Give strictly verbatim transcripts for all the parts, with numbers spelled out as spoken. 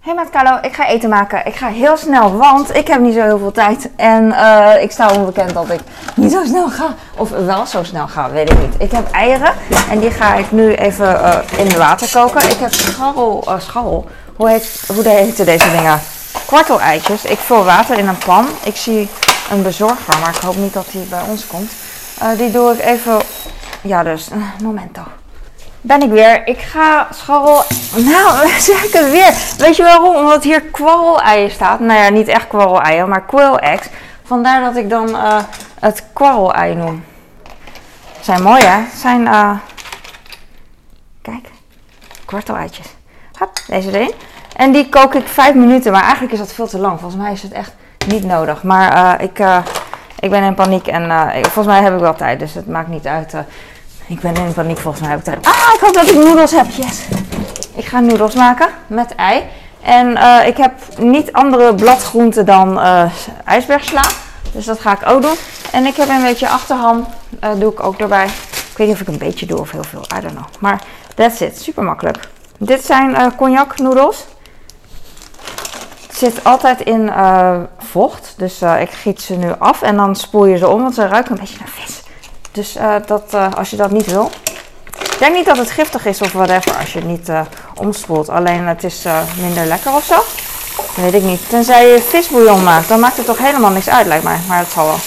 Hey met Carlo, ik ga eten maken. Ik ga heel snel, want ik heb niet zo heel veel tijd. En uh, ik sta onbekend dat ik niet zo snel ga. Of wel zo snel ga, weet ik niet. Ik heb eieren en die ga ik nu even uh, in water koken. Ik heb scharrel, uh, scharrel. Hoe, heet, hoe heten deze dingen? Kwartel-eitjes. Ik vul water in een pan. Ik zie een bezorger, maar ik hoop niet dat die bij ons komt. Uh, die doe ik even... Ja, dus... Uh, momento. Ben ik weer. Ik ga scharrel... Nou, zeg ik het weer. Weet je waarom? Omdat hier kwarrel-eieren staat. Nou ja, niet echt kwarrel-eieren, maar quail eggs. Vandaar dat ik dan uh, het kwarrel-ei noem. Zijn mooi, hè? Zijn, uh... Kijk. Kwartel-eitjes. Hop, deze erin. En die kook ik vijf minuten, maar eigenlijk is dat veel te lang. Volgens mij is het echt niet nodig. Maar uh, ik, uh, ik ben in paniek en uh, ik, volgens mij heb ik wel tijd, dus het maakt niet uit. Uh, ik ben in paniek, volgens mij heb ik tijd. Ah, ik hoop dat ik noedels heb. Yes! Ik ga noedels maken met ei. En uh, ik heb niet andere bladgroenten dan uh, ijsbergsla. Dus dat ga ik ook doen. En ik heb een beetje achterham, uh, doe ik ook erbij. Ik weet niet of ik een beetje doe of heel veel, I don't know. Maar that's it, super makkelijk. Dit zijn uh, cognac noedels. Het zit altijd in uh, vocht, dus uh, ik giet ze nu af en dan spoel je ze om, want ze ruiken een beetje naar vis. Dus uh, dat, uh, als je dat niet wil. Ik denk niet dat het giftig is of whatever als je het niet uh, omspoelt. Alleen het is uh, minder lekker of zo. Dat weet ik niet. Tenzij je visbouillon maakt, dan maakt het toch helemaal niks uit lijkt mij. Maar het zal wel.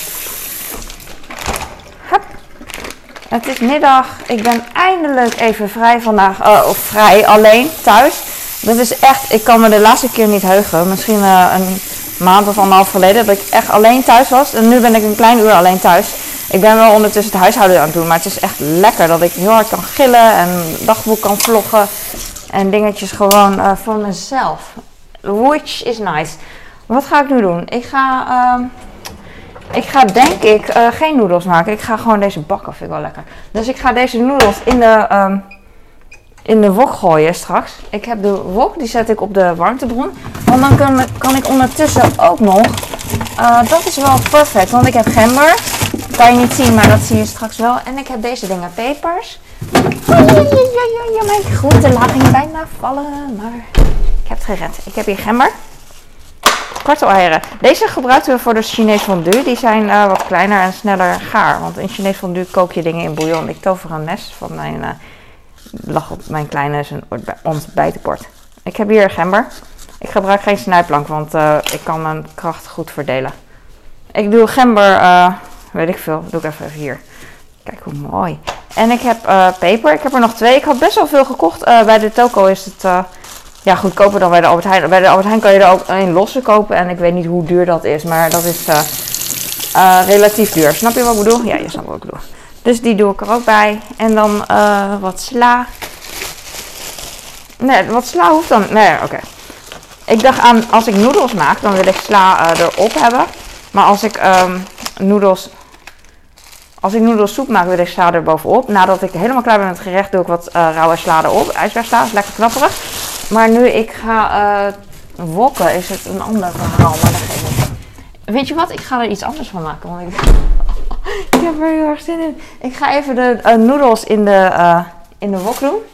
Hup. Het is middag. Ik ben eindelijk even vrij vandaag. Uh, of vrij, alleen, thuis. Dat is echt, ik kan me de laatste keer niet heugen. Misschien uh, een maand of anderhalf geleden dat ik echt alleen thuis was. En nu ben ik een klein uur alleen thuis. Ik ben wel ondertussen het huishouden aan het doen. Maar het is echt lekker dat ik heel hard kan gillen. En dagboek kan vloggen. En dingetjes gewoon uh, voor mezelf. Which is nice. Wat ga ik nu doen? Ik ga, uh, ik ga denk ik uh, geen noedels maken. Ik ga gewoon deze bakken. Vind ik wel lekker. Dus ik ga deze noedels in de... Um, in de wok gooien straks. Ik heb de wok, die zet ik op de warmtebron. Want dan kan, kan ik ondertussen ook nog... Uh, dat is wel perfect, want ik heb gember. Dat kan je niet zien, maar dat zie je straks wel. En ik heb deze dingen, pepers. Ja, ja, ja, ja, mijn groentelaag ging bijna vallen, maar ik heb het gered. Ik heb hier gember. Kwartel-eieren. Deze gebruiken we voor de Chinees fondue. Die zijn uh, wat kleiner en sneller gaar. Want in Chinees fondue kook je dingen in bouillon. Ik tover een mes van mijn... Uh, lag op mijn kleine ontbijtenbord. Ik heb hier gember. Ik gebruik geen snijplank, want uh, ik kan mijn kracht goed verdelen. Ik doe gember, uh, weet ik veel, doe ik even hier. Kijk hoe mooi. En ik heb uh, peper. Ik heb er nog twee. Ik had best wel veel gekocht. Uh, bij de toko is het uh, ja, goedkoper dan bij de Albert Heijn. Bij de Albert Heijn kan je er ook een losse kopen. En ik weet niet hoe duur dat is, maar dat is uh, uh, relatief duur. Snap je wat ik bedoel? Ja, je snapt wat ik bedoel. Dus die doe ik er ook bij. En dan uh, wat sla. Nee, wat sla hoeft dan... Nee, oké. Okay. Ik dacht aan, als ik noedels maak, dan wil ik sla uh, erop hebben. Maar als ik um, noedels... Als ik noedelsoep maak, wil ik sla er bovenop. Nadat ik helemaal klaar ben met het gerecht, doe ik wat uh, rauwe sla erop. IJsbergsla is lekker knapperig. Maar nu ik ga uh, wokken, is het een ander verhaal. Maar dat geeft niet. Weet je wat? Ik ga er iets anders van maken. Want ik... Ik heb er heel erg zin in. Ik ga even de uh, noedels in de, uh, in de wok doen.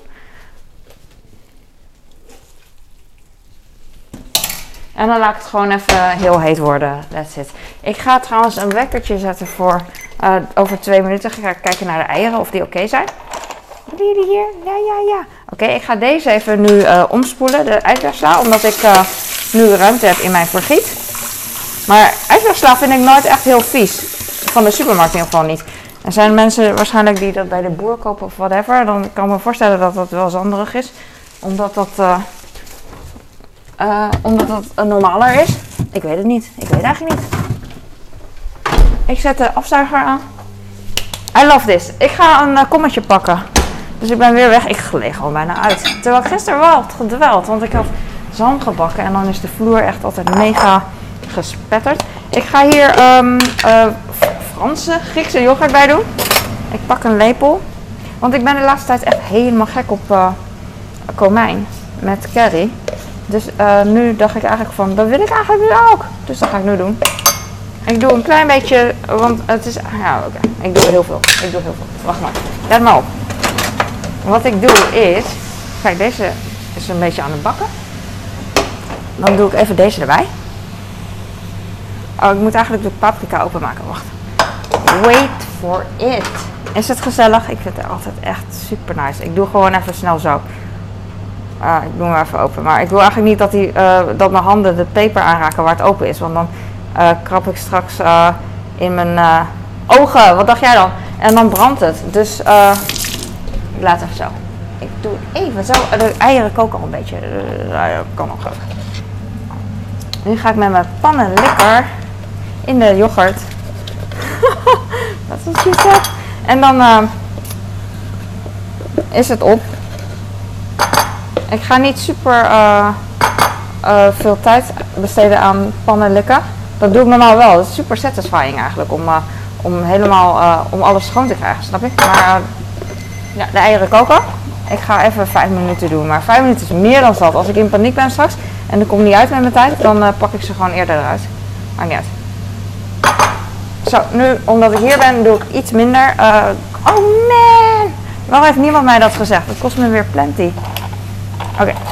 En dan laat ik het gewoon even heel heet worden. That's it. Ik ga trouwens een wekkertje zetten voor uh, over twee minuten. Ga ik kijken naar de eieren of die oké okay zijn. Hebben jullie hier? Ja, ja, ja. Oké, okay, ik ga deze even nu uh, omspoelen. De ijsbergsla. Omdat ik uh, nu ruimte heb in mijn vergiet. Maar ijsbergsla vind ik nooit echt heel vies. Van de supermarkt in ieder geval niet. Er zijn mensen waarschijnlijk die dat bij de boer kopen of whatever. Dan kan ik me voorstellen dat dat wel zanderig is. Omdat dat, uh, uh, omdat dat uh, normaler is. Ik weet het niet. Ik weet eigenlijk niet. Ik zet de afzuiger aan. I love this. Ik ga een uh, kommetje pakken. Dus ik ben weer weg. Ik gleed gewoon bijna uit. Terwijl ik gisteren wel had gedweld. Want ik had zalm gebakken. En dan is de vloer echt altijd mega gespetterd. Ik ga hier um, uh, Franse, Griekse yoghurt bij doen. Ik pak een lepel. Want ik ben de laatste tijd echt helemaal gek op uh, komijn met curry. Dus uh, nu dacht ik eigenlijk van, dat wil ik eigenlijk nu ook. Dus dat ga ik nu doen. Ik doe een klein beetje, want het is... Ja, oké. Okay. Ik doe heel veel. Ik doe heel veel. Wacht maar. Let maar op. Wat ik doe is... Kijk, deze is een beetje aan het bakken. dan doe ik even deze erbij. Oh, ik moet eigenlijk de paprika openmaken. Wacht. Wait for it. Is het gezellig? Ik vind het altijd echt super nice. Ik doe gewoon even snel zo. Uh, ik doe hem even open. Maar ik wil eigenlijk niet dat, die, uh, dat mijn handen de peper aanraken waar het open is. Want dan uh, krap ik straks uh, in mijn uh, ogen. Wat dacht jij dan? En dan brandt het. Dus uh, ik laat even zo. Ik doe even zo. De eieren koken al een beetje. Uh, kan nog even. Nu ga ik met mijn pannenlikker in de yoghurt. Dat is wat je zegt. En dan uh, is het op. Ik ga niet super uh, uh, veel tijd besteden aan pannen likken. Dat doe ik normaal wel. Dat is super satisfying eigenlijk om, uh, om helemaal uh, om alles schoon te krijgen, snap je? Maar uh, ja, de eieren koken. Ik ga even vijf minuten doen. Maar vijf minuten is meer dan zat. Als ik in paniek ben straks en ik kom niet uit met mijn tijd, dan uh, pak ik ze gewoon eerder eruit. Maakt niet uit. Zo, nu omdat ik hier ben, doe ik iets minder. Uh, oh man! Waarom heeft niemand mij dat gezegd? Dat kost me weer plenty. Oké. Okay.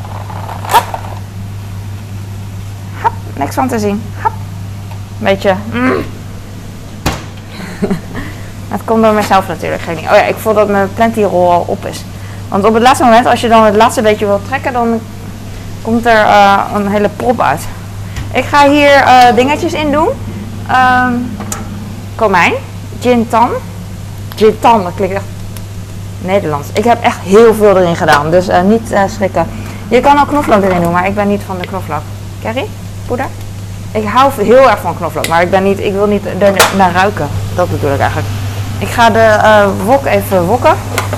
Hap. Niks van te zien. Hap. Beetje. Mm. Het komt door mezelf natuurlijk. Geen idee. Oh ja, ik voel dat mijn plenty rol al op is. Want op het laatste moment, als je dan het laatste beetje wilt trekken, dan komt er uh, een hele prop uit. Ik ga hier uh, dingetjes in doen. Um, komijn. Gin tan. Gin tan, dat klinkt echt Nederlands. Ik heb echt heel veel erin gedaan, dus uh, niet uh, schrikken. Je kan ook knoflook erin doen, maar ik ben niet van de knoflook. Curry? Poeder? Ik hou heel erg van knoflook, maar ik, ben niet, ik wil niet er naar ruiken. Dat bedoel ik eigenlijk. Ik ga de uh, wok even wokken.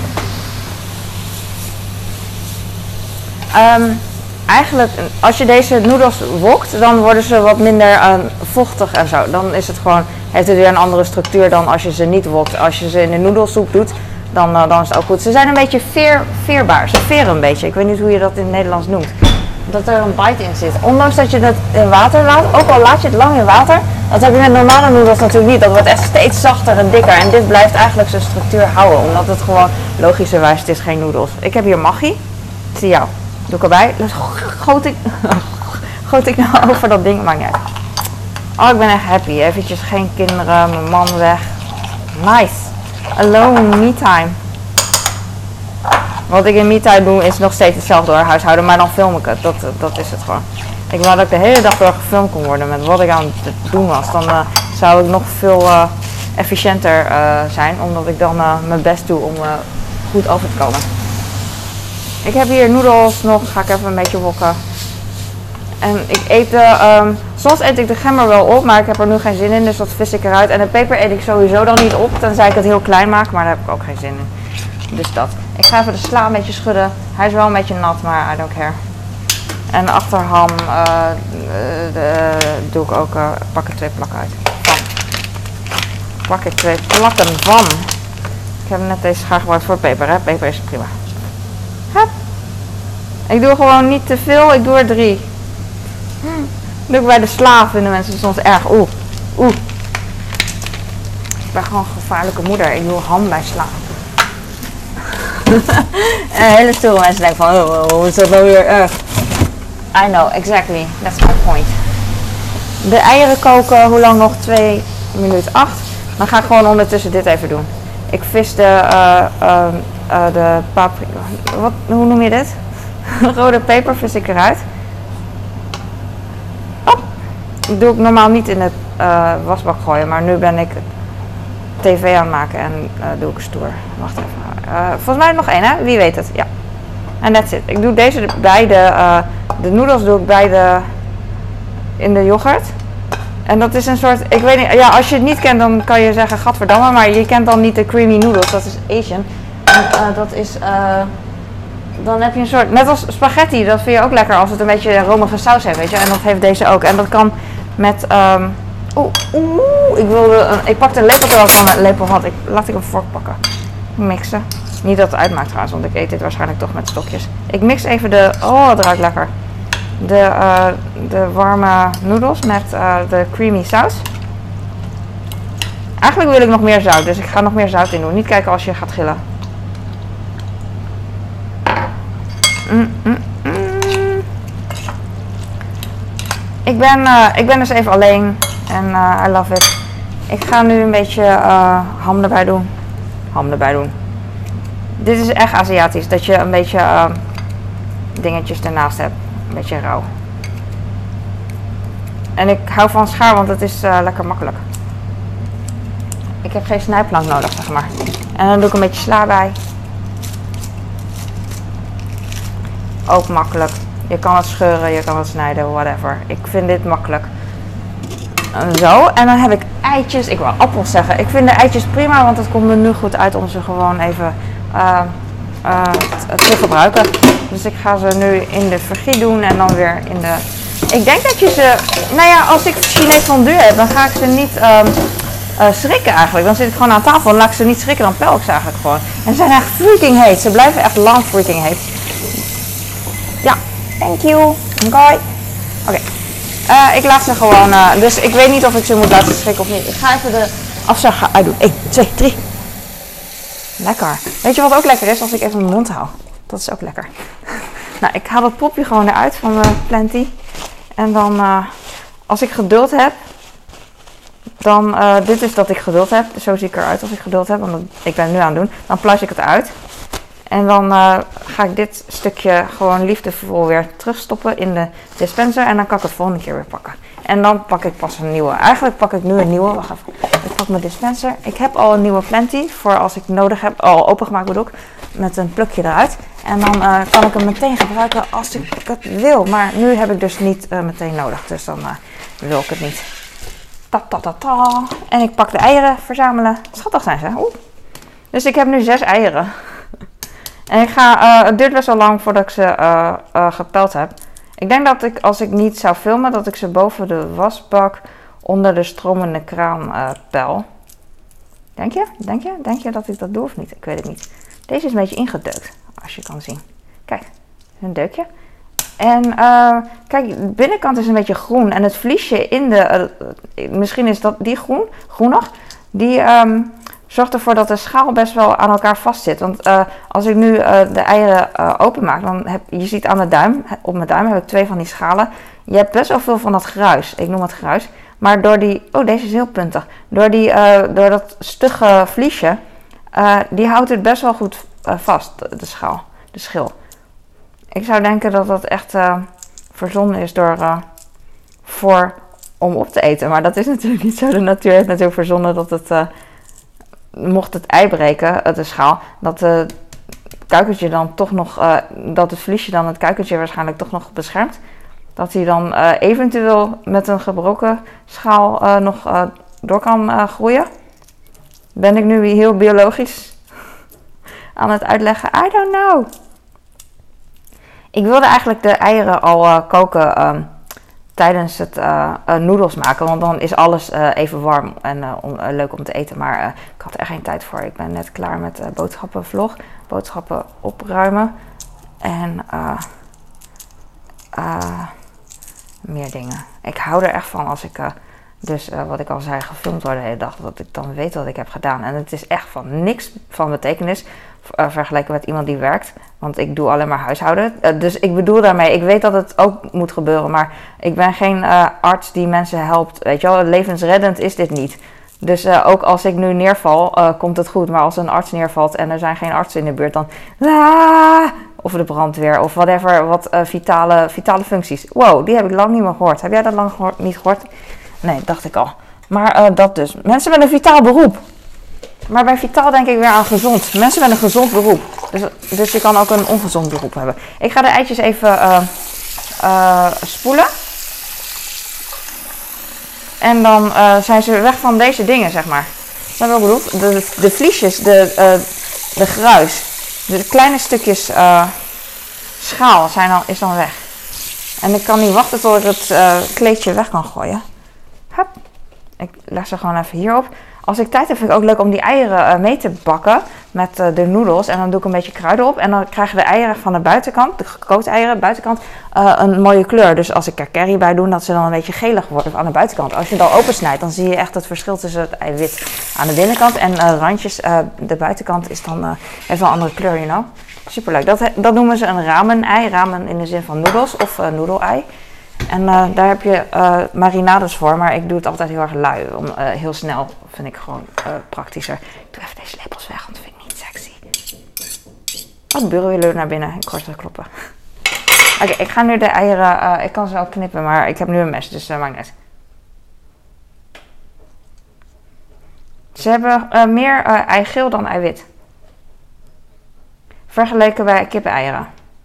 Um, eigenlijk, als je deze noedels wokt, dan worden ze wat minder uh, vochtig en zo. Dan is het gewoon, heeft het weer een andere structuur dan als je ze niet wokt. Als je ze in de noedelsoep doet, dan, uh, dan is het ook goed. Ze zijn een beetje veer, veerbaar. Ze veren een beetje. Ik weet niet hoe je dat in het Nederlands noemt. Dat er een bite in zit. Ondanks dat je het in water laat, ook al laat je het lang in water, dat heb je met normale noedels natuurlijk niet. Dat wordt echt steeds zachter en dikker. En dit blijft eigenlijk zijn structuur houden, omdat het gewoon logischerwijs, het is geen noedels. Ik heb hier Maggi. Zie jou. Doe ik erbij. Dus goot ik, goot ik nou over dat ding. Maakt niet uit. Oh, ik ben echt happy. Eventjes geen kinderen, mijn man weg. Nice. Alone me time. Wat ik in me-time doe is nog steeds hetzelfde door huishouden, maar dan film ik het. Dat, dat is het gewoon. Ik wou dat ik de hele dag door gefilmd kon worden met wat ik aan het doen was. Dan uh, zou ik nog veel uh, efficiënter uh, zijn, omdat ik dan uh, mijn best doe om uh, goed over te komen. Ik heb hier noedels nog, ga ik even een beetje wokken. En ik eet de, um, soms eet ik de gember wel op, maar ik heb er nu geen zin in, dus dat vis ik eruit. En de peper eet ik sowieso dan niet op, tenzij ik het heel klein maak, maar daar heb ik ook geen zin in. Dus dat. Ik ga even de sla een beetje schudden. Hij is wel een beetje nat, maar I don't care. En de achterham uh, de, de, doe ik ook, uh, pak er twee plakken uit. Van. Pak ik twee plakken van. Ik heb net deze schaar gebruikt voor peper, hè. Peper is prima. Hup. Ik doe gewoon niet te veel, ik doe er drie. Hm. Doe ik bij de sla, vinden mensen soms erg. Oeh, oeh. Ik ben gewoon een gevaarlijke moeder. Ik doe ham bij sla. En hele stoere mensen denken van, oh, hoe is dat nou weer erg? I know, exactly. That's my point. De eieren koken, hoe lang nog? twee minuten acht. Dan ga ik gewoon ondertussen dit even doen. Ik vis de, uh, uh, uh, de paprika, wat, hoe noem je dit? Rode peper vis ik eruit. Oh. Dat doe ik normaal niet in de uh, wasbak gooien, maar nu ben ik tv aan het maken en uh, doe ik stoer. Wacht even. Uh, volgens mij nog één, hè? Wie weet het. Ja. En that's it. Ik doe deze bij de, uh, de noedels doe ik bij de, in de yoghurt. En dat is een soort, ik weet niet, ja, als je het niet kent dan kan je zeggen gadverdamme, maar je kent dan niet de creamy noodles, dat is Asian. En uh, dat is, uh, dan heb je een soort, net als spaghetti, dat vind je ook lekker als het een beetje romige saus heeft, weet je. En dat heeft deze ook. En dat kan met, um, oeh, oeh, ik wilde, uh, ik pakte een lepel terwijl ik al een lepel had. Ik, laat ik een vork pakken. Mixen. Niet dat het uitmaakt trouwens, want ik eet dit waarschijnlijk toch met stokjes. Ik mix even de, oh het ruikt lekker. De, uh, de warme noedels met uh, de creamy saus. Eigenlijk wil ik nog meer zout, dus ik ga nog meer zout in doen. Niet kijken als je gaat gillen. Mm, mm, mm. ik ben, uh, ik ben dus even alleen en uh, I love it. Ik ga nu een beetje uh, ham erbij doen. Ham erbij doen. Dit is echt Aziatisch, dat je een beetje uh, dingetjes ernaast hebt. Een beetje rauw. En ik hou van schaar, want het is uh, lekker makkelijk. Ik heb geen snijplank nodig, zeg maar. En dan doe ik een beetje sla bij. Ook makkelijk. Je kan het scheuren, je kan het snijden, whatever. Ik vind dit makkelijk. Zo, en dan heb ik eitjes. Ik wil appels zeggen. Ik vind de eitjes prima, want het komt er nu goed uit om ze gewoon even uh, uh, te gebruiken. Dus ik ga ze nu in de vergiet doen en dan weer in de... Ik denk dat je ze... Nou ja, als ik Chinees fondue heb, dan ga ik ze niet um, uh, schrikken eigenlijk. Dan zit ik gewoon aan tafel en laat ik ze niet schrikken, dan pel ik ze eigenlijk gewoon. En ze zijn echt freaking heet. Ze blijven echt lang freaking heet. Ja, thank you. Oké. Okay. Okay. Uh, ik laat ze gewoon, uh, dus ik weet niet of ik ze moet laten schrikken of niet. Ik ga even de afzuiger uitdoen. één, twee, drie. Lekker. Weet je wat ook lekker is? Als ik even mijn mond hou. Dat is ook lekker. Nou, ik haal dat popje gewoon eruit van mijn Plenty. En dan, uh, als ik geduld heb, dan, uh, dit is dat ik geduld heb. Zo zie ik eruit als ik geduld heb, want ik ben het nu aan het doen. Dan pluis ik het uit. En dan uh, ga ik dit stukje gewoon liefdevol weer terugstoppen in de dispenser. En dan kan ik het volgende keer weer pakken. En dan pak ik pas een nieuwe. Eigenlijk pak ik nu een nieuwe. Wacht even. Ik pak mijn dispenser. Ik heb al een nieuwe Plenty. Voor als ik nodig heb. Al opengemaakt bedoel ik. Met een plukje eruit. En dan uh, kan ik hem meteen gebruiken als ik het wil. Maar nu heb ik dus niet uh, meteen nodig. Dus dan uh, wil ik het niet. Ta, ta, ta, ta. En ik pak de eieren verzamelen. Schattig zijn ze. Oeh. Dus ik heb nu zes eieren. En ik ga, uh, het duurt best wel lang voordat ik ze uh, uh, gepeld heb. Ik denk dat ik, als ik niet zou filmen, dat ik ze boven de wasbak onder de stromende kraan uh, pel. Denk je? Denk je? Denk je dat ik dat doe of niet? Ik weet het niet. Deze is een beetje ingedeukt, als je kan zien. Kijk, een deukje. En uh, kijk, de binnenkant is een beetje groen. En het vliesje in de, uh, misschien is dat die groen, groenig, die... Um, zorgt ervoor dat de schaal best wel aan elkaar vastzit. Want uh, als ik nu uh, de eieren uh, openmaak, dan heb je ziet aan mijn duim, op mijn duim heb ik twee van die schalen. Je hebt best wel veel van dat gruis. Ik noem het gruis. Maar door die, oh deze is heel puntig. Door, die, uh, door dat stugge vliesje, uh, die houdt het best wel goed uh, vast, de schaal, de schil. Ik zou denken dat dat echt uh, verzonnen is door, uh, voor, om op te eten. Maar dat is natuurlijk niet zo. De natuur heeft natuurlijk verzonnen dat het... Uh, mocht het ei breken, de schaal, dat het kuikentje dan toch nog, uh, dat het vliesje dan het kuikentje waarschijnlijk toch nog beschermt. Dat hij dan uh, eventueel met een gebroken schaal uh, nog uh, door kan uh, groeien. Ben ik nu heel biologisch aan het uitleggen? I don't know. Ik wilde eigenlijk de eieren al uh, koken um, tijdens het uh, uh, noedels maken, want dan is alles uh, even warm en uh, om, uh, leuk om te eten. Maar uh, ik had er geen tijd voor. Ik ben net klaar met uh, boodschappenvlog, boodschappen opruimen en uh, uh, meer dingen. Ik hou er echt van als ik, uh, dus uh, wat ik al zei, gefilmd word de hele dag, dat ik dan weet wat ik heb gedaan. En het is echt van niks van betekenis uh, vergeleken met iemand die werkt. Want ik doe alleen maar huishouden. Uh, dus ik bedoel daarmee, ik weet dat het ook moet gebeuren. Maar ik ben geen uh, arts die mensen helpt. Weet je wel, levensreddend is dit niet. Dus uh, ook als ik nu neerval, uh, komt het goed. Maar als een arts neervalt en er zijn geen artsen in de buurt, dan... Ah, of de brandweer, of whatever, wat uh, vitale, vitale functies. Wow, die heb ik lang niet meer gehoord. Heb jij dat lang gehoord, niet gehoord? Nee, dacht ik al. Maar uh, dat dus. Mensen met een vitaal beroep. Maar bij vitaal denk ik weer aan gezond. Mensen met een gezond beroep. Dus, dus je kan ook een ongezond beroep hebben. Ik ga de eitjes even uh, uh, spoelen. En dan uh, zijn ze weg van deze dingen, zeg maar. Dat heb ik bedoeld. De, de vliesjes, de, uh, de gruis. De kleine stukjes uh, schaal zijn dan, is dan weg. En ik kan niet wachten tot ik het uh, kleedje weg kan gooien. Hup. Ik leg ze gewoon even hierop. Als ik tijd heb, vind ik ook leuk om die eieren uh, mee te bakken met uh, de noedels. En dan doe ik een beetje kruiden op. En dan krijgen de eieren van de buitenkant, de gekookte eieren, buitenkant, uh, een mooie kleur. Dus als ik er curry bij doe, dat ze dan een beetje gelig worden aan de buitenkant. Als je het al opensnijdt, dan zie je echt het verschil tussen het eiwit aan de binnenkant. En uh, randjes, uh, de buitenkant is dan, uh, heeft wel een andere kleur, you know. Superleuk. Dat, dat noemen ze een ramen-ei. Ramen in de zin van noedels of uh, noedelei. En uh, daar heb je uh, marinades voor, maar ik doe het altijd heel erg lui. Om, uh, heel snel vind ik gewoon uh, praktischer. Ik doe even deze lepels weg, want dat vind ik niet sexy. Oh, de bureau wil naar binnen. Ik hoor ze kloppen. Oké, okay, ik ga nu de eieren... Uh, ik kan ze ook knippen, maar ik heb nu een mes, dus uh, maakt niet uit. Ze hebben uh, meer uh, eigeel dan eiwit. Vergeleken bij kippeneieren.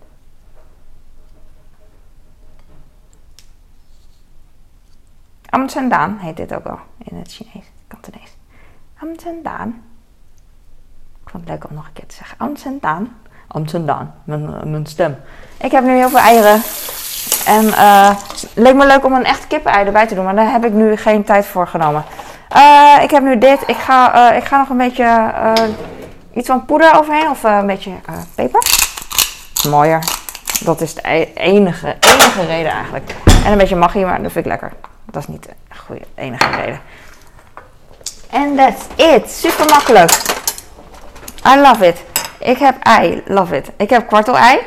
Amtendaan heet dit ook wel in het Chinees, Kantonees. Amtendaan. Ik vond het leuk om nog een keer te zeggen. Amtendaan. Amtendaan, mijn, mijn stem. Ik heb nu heel veel eieren. En uh, het leek me leuk om een echt kippenei erbij te doen, maar daar heb ik nu geen tijd voor genomen. Uh, ik heb nu dit. Ik ga, uh, ik ga nog een beetje uh, iets van poeder overheen of uh, een beetje uh, peper. Mooier. Dat is de enige, enige reden eigenlijk. En een beetje magie, maar dat vind ik lekker. Dat is niet de goede, enige reden. En that's it. Super makkelijk. I love it. Ik heb ei. Love it. Ik heb kwartel-ei.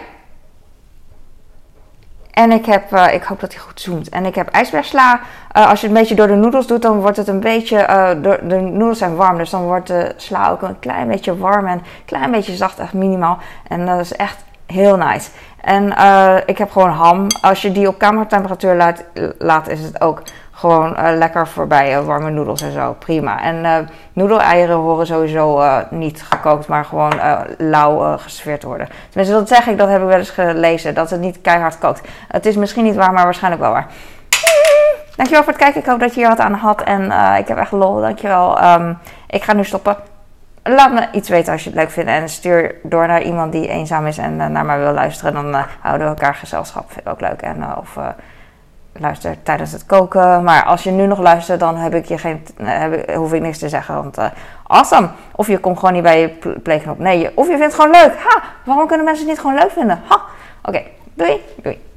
En ik heb, uh, ik hoop dat hij goed zoomt. En ik heb ijsbergsla. Uh, als je het een beetje door de noedels doet, dan wordt het een beetje, uh, door, de noedels zijn warm. Dus dan wordt de sla ook een klein beetje warm en een klein beetje zacht, echt minimaal. En dat is echt heel nice. En uh, ik heb gewoon ham. Als je die op kamertemperatuur laat, laat is het ook gewoon uh, lekker voorbij uh, warme noedels en zo. Prima. En uh, noedeleieren horen sowieso uh, niet gekookt, maar gewoon uh, lauw uh, geserveerd worden. Tenminste, dat zeg ik, dat heb ik wel eens gelezen. Dat het niet keihard kookt. Het is misschien niet waar, maar waarschijnlijk wel waar. Dankjewel voor het kijken. Ik hoop dat je hier wat aan had. En uh, ik heb echt lol. Dankjewel. Um, ik ga nu stoppen. Laat me iets weten als je het leuk vindt. En stuur door naar iemand die eenzaam is en uh, naar mij wil luisteren. Dan uh, houden we elkaar gezelschap. Vind ik ook leuk. En, uh, of uh, luister tijdens het koken. Maar als je nu nog luistert, dan heb ik je geen, heb ik, hoef ik niks te zeggen. Want uh, awesome. Of je komt gewoon niet bij je playknop. Nee, je, of je vindt het gewoon leuk. Ha! Waarom kunnen mensen het niet gewoon leuk vinden? Ha! Oké. Okay. Doei. Doei.